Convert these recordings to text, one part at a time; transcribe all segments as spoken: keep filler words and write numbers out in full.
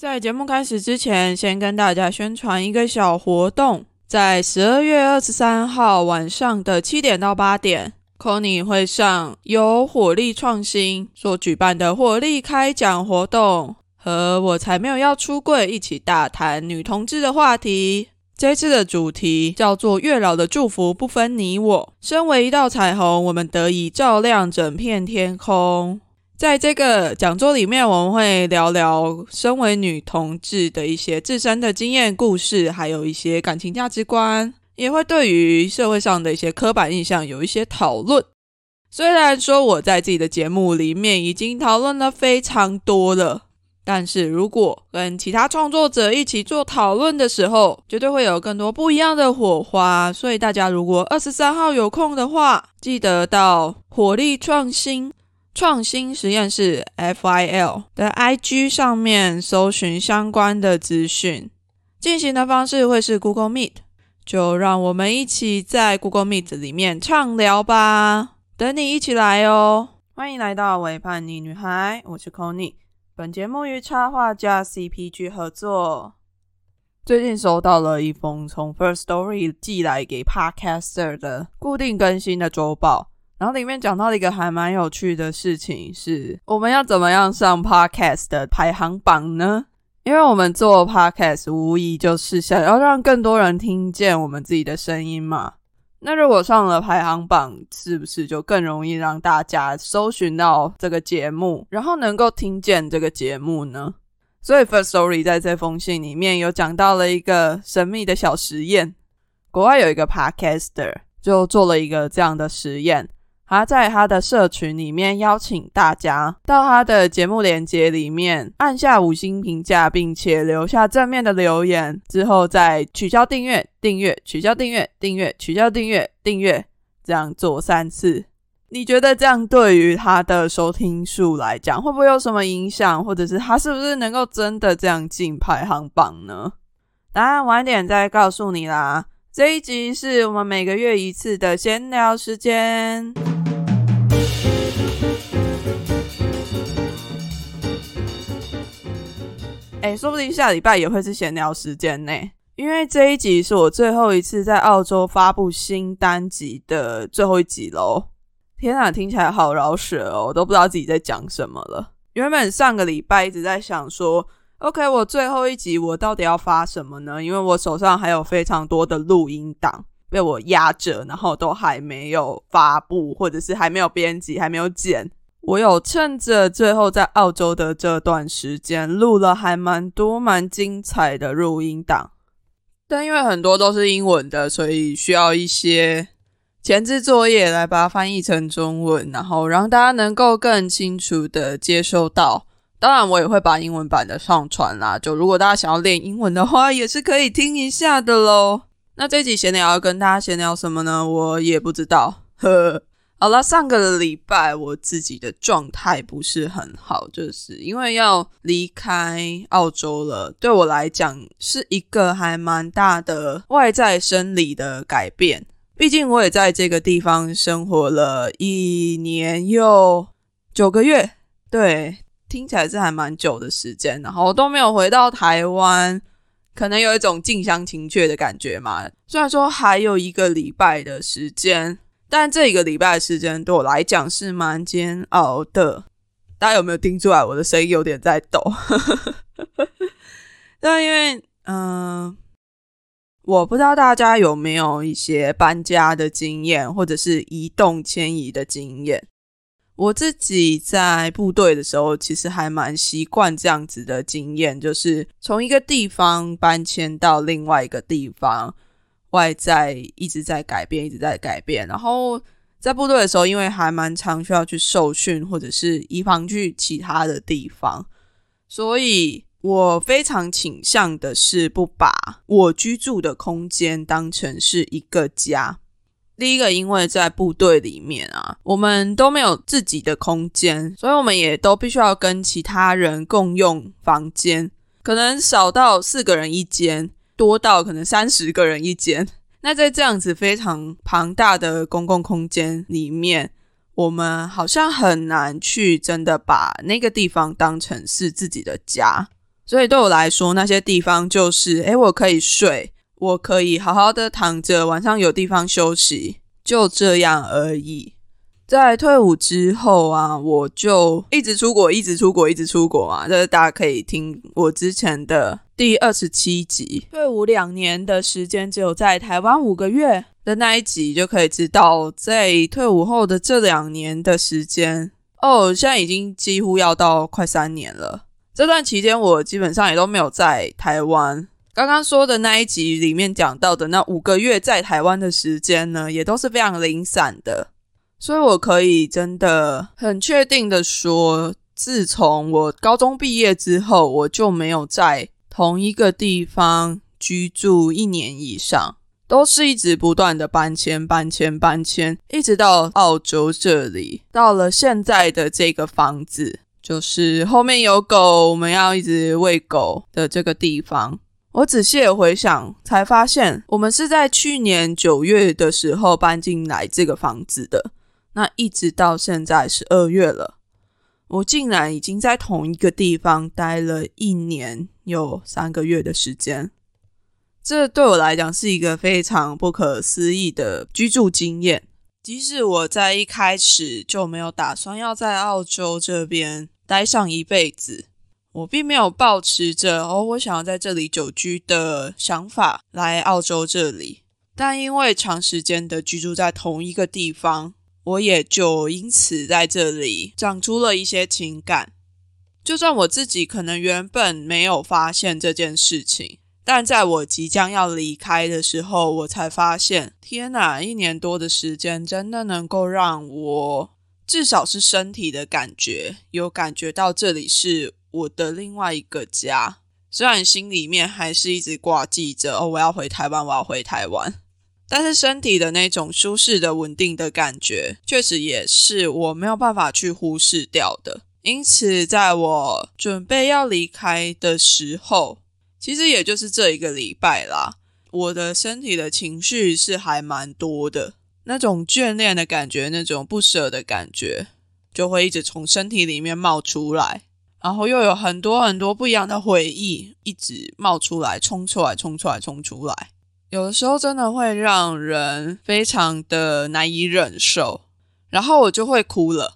在节目开始之前，先跟大家宣传一个小活动。在十二月二十三号晚上的七点到八点 Connie 会上由火力创新所举办的火力开讲活动，和我才没有要出柜一起大谈女同志的话题。这次的主题叫做月老的祝福不分你我，身为一道彩虹，我们得以照亮整片天空。在这个讲座里面，我们会聊聊身为女同志的一些自身的经验故事，还有一些感情价值观，也会对于社会上的一些刻板印象有一些讨论。虽然说我在自己的节目里面已经讨论了非常多了，但是如果跟其他创作者一起做讨论的时候，绝对会有更多不一样的火花。所以大家如果二十三号有空的话，记得到火力创新创新实验室 F I L 的 I G 上面搜寻相关的资讯。进行的方式会是 Google Meet， 就让我们一起在 Google Meet 里面畅聊吧，等你一起来哦。欢迎来到伪叛逆女孩，我是 Connie。本节目与插画家 C P G 合作。最近收到了一封从 First Story 寄来给 Podcaster 的固定更新的周报，然后里面讲到了一个还蛮有趣的事情，是我们要怎么样上 Podcast 的排行榜呢？因为我们做 Podcast 无疑就是想要让更多人听见我们自己的声音嘛。那如果上了排行榜，是不是就更容易让大家搜寻到这个节目，然后能够听见这个节目呢？所以 First Story 在这封信里面有讲到了一个神秘的小实验。国外有一个 Podcaster 就做了一个这样的实验，他在他的社群里面邀请大家到他的节目连结里面按下五星评价，并且留下正面的留言，之后再取消订阅订阅取消订阅订阅取消订阅订阅，这样做三次。你觉得这样对于他的收听数来讲会不会有什么影响，或者是他是不是能够真的这样进排行榜呢？答案晚点再告诉你啦。这一集是我们每个月一次的闲聊时间。诶，说不定下礼拜也会是闲聊时间呢，因为这一集是我最后一次在澳洲发布新单集的最后一集咯。天啊，听起来好饶舌哦，我都不知道自己在讲什么了。原本上个礼拜一直在想说 OK， 我最后一集我到底要发什么呢？因为我手上还有非常多的录音档被我压着，然后都还没有发布，或者是还没有编辑还没有剪。我有趁着最后在澳洲的这段时间录了还蛮多蛮精彩的录音档，但因为很多都是英文的，所以需要一些前置作业来把它翻译成中文，然后让大家能够更清楚的接收到。当然我也会把英文版的上传啦，就如果大家想要练英文的话也是可以听一下的咯。那这集闲聊要跟大家闲聊什么呢？我也不知道。呵呵，好啦，上个礼拜我自己的状态不是很好，就是因为要离开澳洲了，对我来讲是一个还蛮大的外在生理的改变。毕竟我也在这个地方生活了一年又九个月，对，听起来是还蛮久的时间，然后都没有回到台湾，可能有一种近乡情怯的感觉嘛。虽然说还有一个礼拜的时间，但这一个礼拜的时间对我来讲是蛮煎熬的。大家有没有听出来我的声音有点在抖？但因为嗯、呃，我不知道大家有没有一些搬家的经验，或者是移动迁移的经验。我自己在部队的时候其实还蛮习惯这样子的经验，就是从一个地方搬迁到另外一个地方，外在一直在改变一直在改变。然后在部队的时候因为还蛮常需要去受训，或者是移防去其他的地方，所以我非常倾向的是不把我居住的空间当成是一个家。第一个，因为在部队里面啊，我们都没有自己的空间，所以我们也都必须要跟其他人共用房间，可能少到四个人一间，多到可能三十个人一间。那在这样子非常庞大的公共空间里面，我们好像很难去真的把那个地方当成是自己的家。 所以对我来说，那些地方就是诶我可以睡，我可以好好的躺着，晚上有地方休息，就这样而已。在退伍之后啊，我就一直出国一直出国一直出国嘛，这大家可以听我之前的第二十七集，退伍两年的时间只有在台湾五个月的那一集就可以知道，在退伍后的这两年的时间哦，现在已经几乎要到快三年了。这段期间我基本上也都没有在台湾，刚刚说的那一集里面讲到的那五个月在台湾的时间呢，也都是非常零散的。所以我可以真的很确定的说，自从我高中毕业之后，我就没有在同一个地方居住一年以上，都是一直不断的搬迁搬迁搬迁，一直到澳洲这里，到了现在的这个房子，就是后面有狗，我们要一直喂狗的这个地方。我仔细的回想才发现，我们是在去年九月的时候搬进来这个房子的，那一直到现在十二月了，我竟然已经在同一个地方待了一年有三个月的时间。这对我来讲是一个非常不可思议的居住经验。即使我在一开始就没有打算要在澳洲这边待上一辈子，我并没有抱持着哦，我想要在这里久居的想法来澳洲这里，但因为长时间的居住在同一个地方，我也就因此在这里长出了一些情感。就算我自己可能原本没有发现这件事情，但在我即将要离开的时候，我才发现，天哪，一年多的时间真的能够让我至少是身体的感觉有感觉到这里是我的另外一个家。虽然心里面还是一直挂记着哦，我要回台湾我要回台湾，但是身体的那种舒适的稳定的感觉确实也是我没有办法去忽视掉的。因此在我准备要离开的时候，其实也就是这一个礼拜啦，我的身体的情绪是还蛮多的，那种眷恋的感觉，那种不舍的感觉就会一直从身体里面冒出来，然后又有很多很多不一样的回忆一直冒出来冲出来冲出来冲出来，有的时候真的会让人非常的难以忍受，然后我就会哭了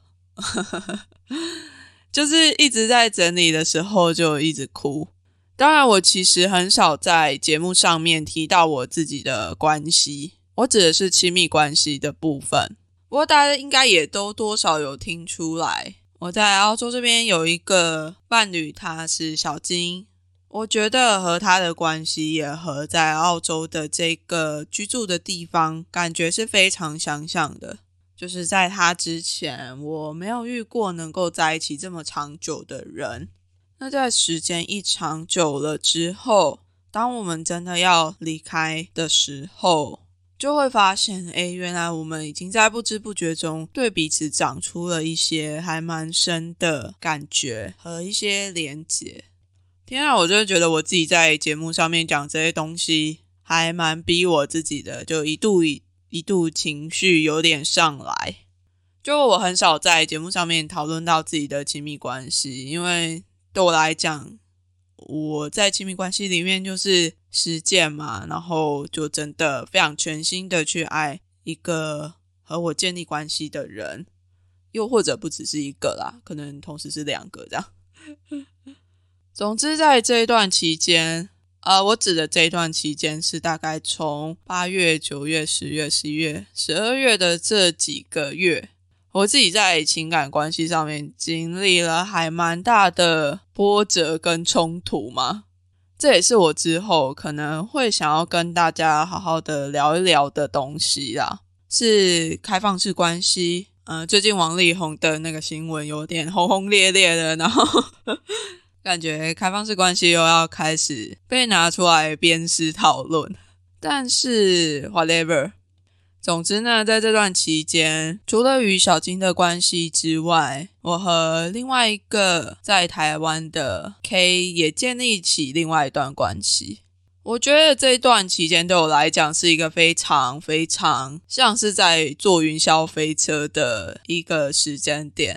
就是一直在整理的时候就一直哭。当然我其实很少在节目上面提到我自己的关系，我指的是亲密关系的部分。不过大家应该也都多少有听出来，我在澳洲这边有一个伴侣，他是小金。我觉得和他的关系也和在澳洲的这个居住的地方感觉是非常相像的，就是在他之前我没有遇过能够在一起这么长久的人。那在时间一长久了之后，当我们真的要离开的时候，就会发现诶，原来我们已经在不知不觉中对彼此长出了一些还蛮深的感觉和一些连结。天啊，我就觉得我自己在节目上面讲这些东西还蛮逼我自己的，就一度一一度情绪有点上来。就我很少在节目上面讨论到自己的亲密关系，因为对我来讲，我在亲密关系里面就是实践嘛，然后就真的非常全心的去爱一个和我建立关系的人，又或者不只是一个啦，可能同时是两个这样总之在这一段期间，呃，我指的这一段期间是大概从八月、九月、十月、十一月、十二月的这几个月，我自己在情感关系上面经历了还蛮大的波折跟冲突嘛。这也是我之后可能会想要跟大家好好的聊一聊的东西啦，是开放式关系。呃，最近王力宏的那个新闻有点轰轰烈烈的，然后感觉开放式关系又要开始被拿出来鞭尸讨论，但是 whatever。 总之呢，在这段期间，除了与小金的关系之外，我和另外一个在台湾的 K 也建立起另外一段关系。我觉得这一段期间对我来讲是一个非常非常像是在坐云霄飞车的一个时间点。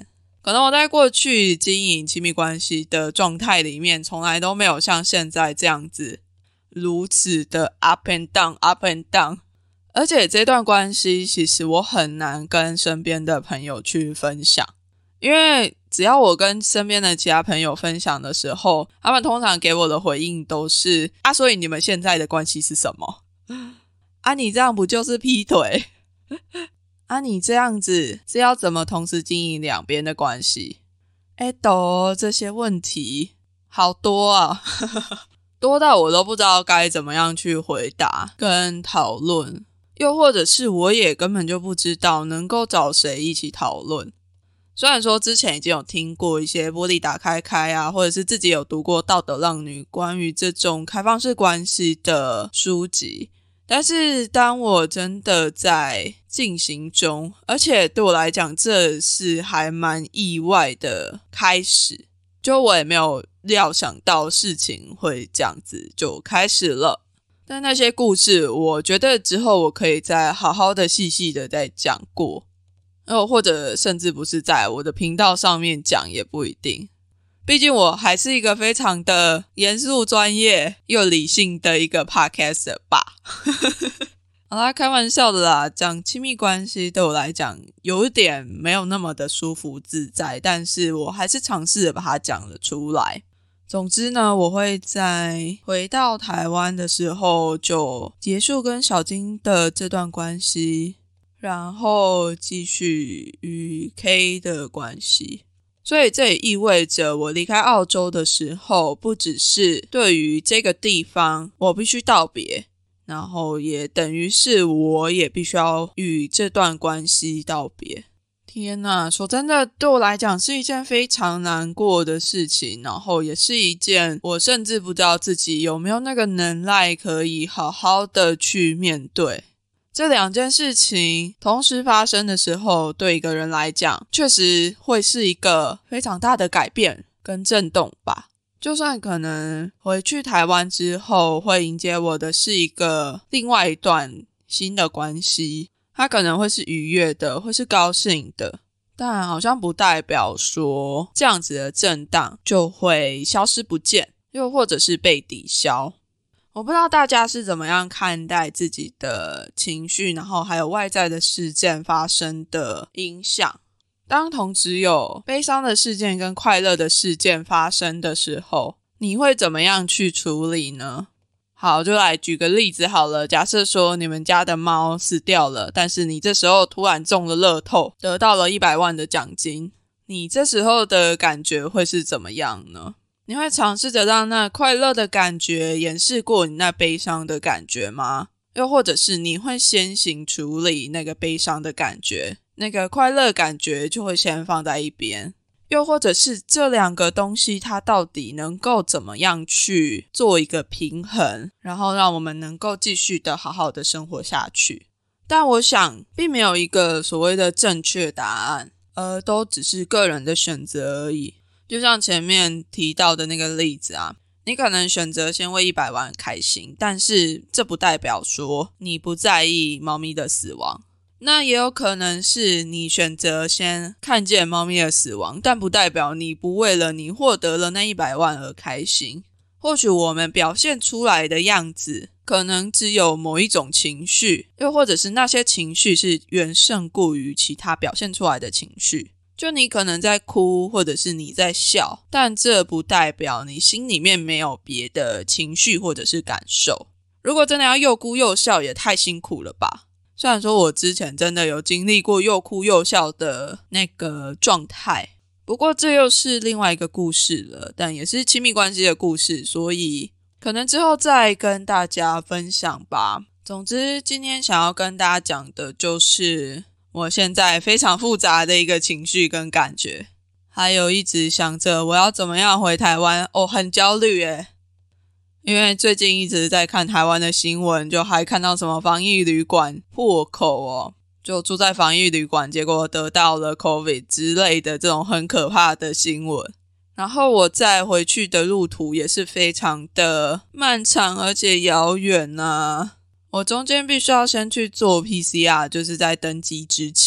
可能我在过去经营亲密关系的状态里面，从来都没有像现在这样子如此的 up and down up and down， 而且这段关系其实我很难跟身边的朋友去分享，因为只要我跟身边的其他朋友分享的时候，他们通常给我的回应都是啊，所以你们现在的关系是什么？啊，你这样不就是劈腿？啊，你这样子是要怎么同时经营两边的关系？诶都这些问题好多啊多到我都不知道该怎么样去回答跟讨论，又或者是我也根本就不知道能够找谁一起讨论。虽然说之前已经有听过一些玻璃打开开啊，或者是自己有读过道德浪女关于这种开放式关系的书籍，但是当我真的在进行中，而且对我来讲这是还蛮意外的开始，就我也没有料想到事情会这样子就开始了。但那些故事我觉得之后我可以再好好的细细的再讲过，或者甚至不是在我的频道上面讲也不一定，毕竟我还是一个非常的严肃专业又理性的一个 podcaster 吧好啦，开玩笑的啦，讲亲密关系对我来讲有一点没有那么的舒服自在，但是我还是尝试着把它讲了出来。总之呢，我会在回到台湾的时候就结束跟小金的这段关系，然后继续与 K 的关系。所以这也意味着我离开澳洲的时候，不只是对于这个地方我必须道别，然后也等于是我也必须要与这段关系道别。天哪，说真的，对我来讲是一件非常难过的事情，然后也是一件我甚至不知道自己有没有那个能耐可以好好的去面对。这两件事情同时发生的时候，对一个人来讲确实会是一个非常大的改变跟震动吧。就算可能回去台湾之后会迎接我的是一个另外一段新的关系，它可能会是愉悦的，会是高兴的，但好像不代表说这样子的震荡就会消失不见，又或者是被抵消。我不知道大家是怎么样看待自己的情绪，然后还有外在的事件发生的影响。当同时有悲伤的事件跟快乐的事件发生的时候，你会怎么样去处理呢？好，就来举个例子好了。假设说你们家的猫死掉了，但是你这时候突然中了乐透，得到了一百万的奖金，你这时候的感觉会是怎么样呢？你会尝试着让那快乐的感觉掩饰过你那悲伤的感觉吗？又或者是你会先行处理那个悲伤的感觉，那个快乐感觉就会先放在一边？又或者是这两个东西它到底能够怎么样去做一个平衡，然后让我们能够继续的好好的生活下去？但我想并没有一个所谓的正确答案，而都只是个人的选择而已。就像前面提到的那个例子啊，你可能选择先为一百万开心，但是这不代表说你不在意猫咪的死亡。那也有可能是你选择先看见猫咪的死亡，但不代表你不为了你获得了那一百万而开心。或许我们表现出来的样子可能只有某一种情绪，又或者是那些情绪是远胜过于其他表现出来的情绪。就你可能在哭，或者是你在笑，但这不代表你心里面没有别的情绪或者是感受。如果真的要又哭又笑，也太辛苦了吧。虽然说我之前真的有经历过又哭又笑的那个状态，不过这又是另外一个故事了，但也是亲密关系的故事，所以可能之后再跟大家分享吧。总之今天想要跟大家讲的就是我现在非常复杂的一个情绪跟感觉，还有一直想着我要怎么样回台湾。哦，很焦虑耶，因为最近一直在看台湾的新闻，就还看到什么防疫旅馆破口哦，就住在防疫旅馆结果得到了 COVID 之类的这种很可怕的新闻。然后我再回去的路途也是非常的漫长而且遥远啊。我中间必须要先去做 P C R， 就是在登机之前，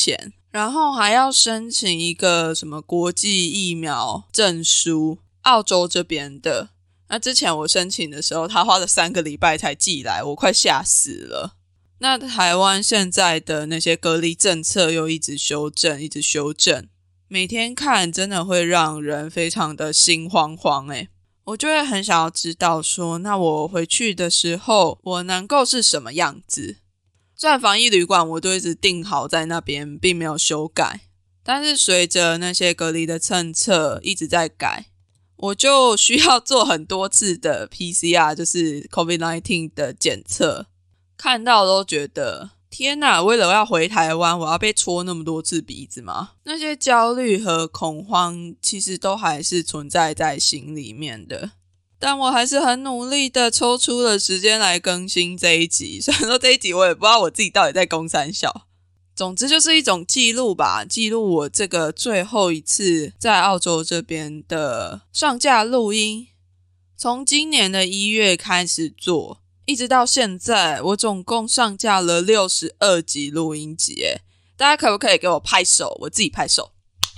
然后还要申请一个什么国际疫苗证书，澳洲这边的。那之前我申请的时候，他花了三个礼拜才寄来，我快吓死了。那台湾现在的那些隔离政策又一直修正，一直修正，每天看真的会让人非常的心慌慌诶。我就会很想要知道说，那我回去的时候我能够是什么样子。虽然防疫旅馆我都一直订好在那边，并没有修改，但是随着那些隔离的政策一直在改，我就需要做很多次的 P C R， 就是 COVID 十九 的检测。看到都觉得天哪，为了要回台湾，我要被戳那么多次鼻子吗？那些焦虑和恐慌其实都还是存在在心里面的，但我还是很努力的抽出了时间来更新这一集。虽然说这一集我也不知道我自己到底在攻三小，总之就是一种记录吧，记录我这个最后一次在澳洲这边的上架录音。从今年的一月开始做，一直到现在，我总共上架了六十二集录音集耶。大家可不可以给我拍手？我自己拍手，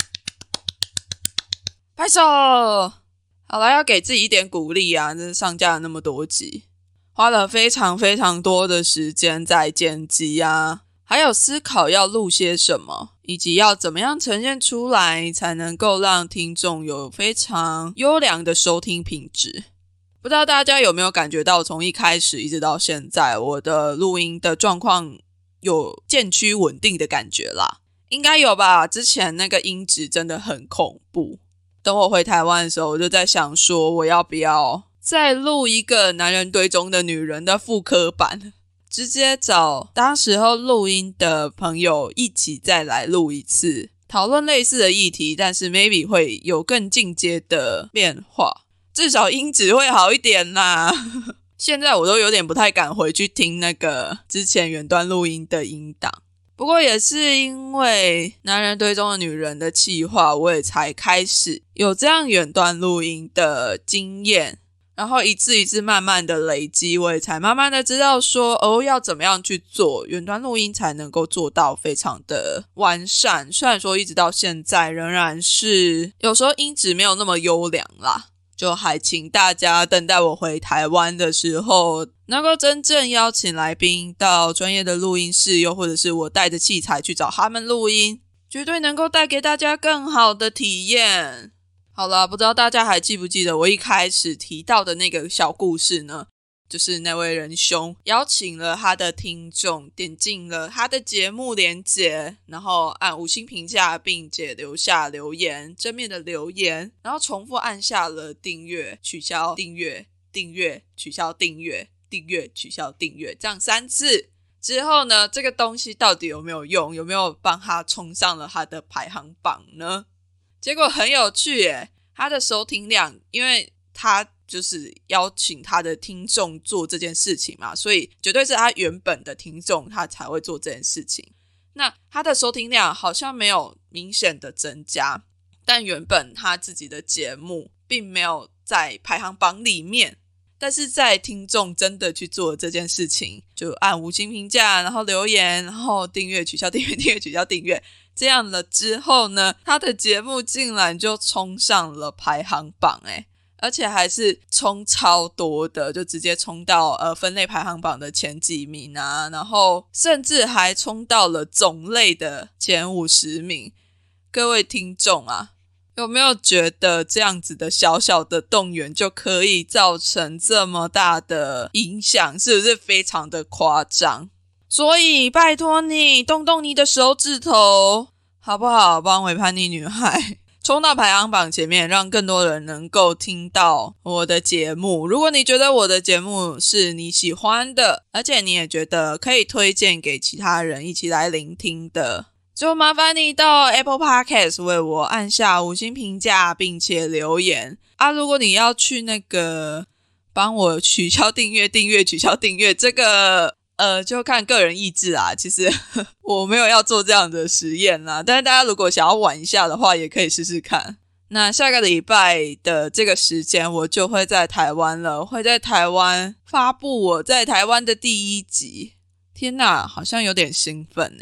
拍手。好啦，要给自己一点鼓励啊，这上架了那么多集，花了非常非常多的时间在剪辑啊，还有思考要录些什么，以及要怎么样呈现出来才能够让听众有非常优良的收听品质。不知道大家有没有感觉到，从一开始一直到现在，我的录音的状况有渐趋稳定的感觉啦？应该有吧，之前那个音质真的很恐怖。等我回台湾的时候，我就在想说，我要不要再录一个男人堆中的女人的复刻版，直接找当时候录音的朋友一起再来录一次，讨论类似的议题，但是 maybe 会有更进阶的变化，至少音质会好一点啦。现在我都有点不太敢回去听那个之前远端录音的音档，不过也是因为男人堆中的女人的企划，我也才开始有这样远端录音的经验，然后一次一次慢慢的累积，我也才慢慢的知道说，哦，要怎么样去做远端录音才能够做到非常的完善。虽然说一直到现在仍然是有时候音质没有那么优良啦，就还请大家等待我回台湾的时候，能够真正邀请来宾到专业的录音室，又或者是我带着器材去找他们录音，绝对能够带给大家更好的体验。好啦，不知道大家还记不记得我一开始提到的那个小故事呢？就是那位仁兄邀请了他的听众点进了他的节目连结，然后按五星评价，并且留下留言，正面的留言，然后重复按下了订阅、取消订阅、订阅、取消订阅、订阅、取消订阅，这样三次之后呢，这个东西到底有没有用？有没有帮他冲上了他的排行榜呢？结果很有趣耶，他的收听量，因为他就是邀请他的听众做这件事情嘛，所以绝对是他原本的听众他才会做这件事情。那他的收听量好像没有明显的增加，但原本他自己的节目并没有在排行榜里面，但是在听众真的去做这件事情，就按五星评价，然后留言，然后订阅、取消订阅、订阅、取消订阅，这样了之后呢，他的节目竟然就冲上了排行榜耶，而且还是冲超多的，就直接冲到呃分类排行榜的前几名啊，然后甚至还冲到了种类的前五十名。各位听众啊，有没有觉得这样子的小小的动员就可以造成这么大的影响？是不是非常的夸张？所以拜托你动动你的手指头好不好，帮伪叛逆女孩冲到排行榜前面，让更多人能够听到我的节目。如果你觉得我的节目是你喜欢的，而且你也觉得可以推荐给其他人一起来聆听的，就麻烦你到 Apple Podcast 为我按下五星评价并且留言啊。如果你要去那个帮我取消订阅订阅取消订阅，这个呃，就看个人意志啊，其实我没有要做这样的实验啦，但是大家如果想要玩一下的话，也可以试试看。那下个礼拜的这个时间，我就会在台湾了，会在台湾发布我在台湾的第一集。天哪，好像有点兴奋耶，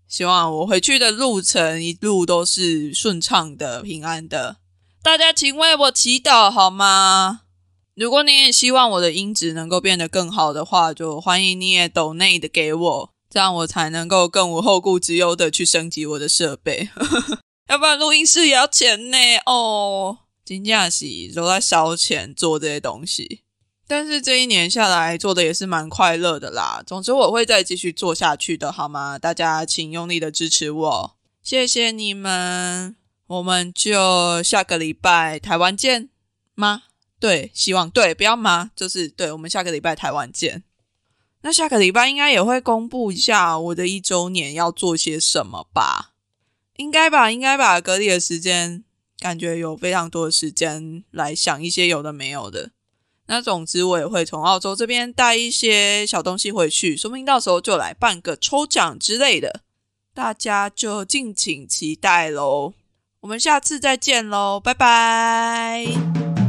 希望我回去的路程一路都是顺畅的、平安的。大家请为我祈祷好吗？如果你也希望我的音质能够变得更好的话，就欢迎你也donate的给我，这样我才能够更无后顾之忧的去升级我的设备。要不然录音室也要钱呢哦，真的是都在烧钱做这些东西。但是这一年下来做的也是蛮快乐的啦，总之我会再继续做下去的好吗？大家请用力的支持我，谢谢你们，我们就下个礼拜台湾见吗？对，希望对，不要吗？就是对，我们下个礼拜台湾见。那下个礼拜应该也会公布一下我的一周年要做些什么吧？应该吧，应该吧，隔离的时间感觉有非常多的时间来想一些有的没有的。那总之我也会从澳洲这边带一些小东西回去，说不定到时候就来办个抽奖之类的，大家就敬请期待咯。我们下次再见咯，拜拜。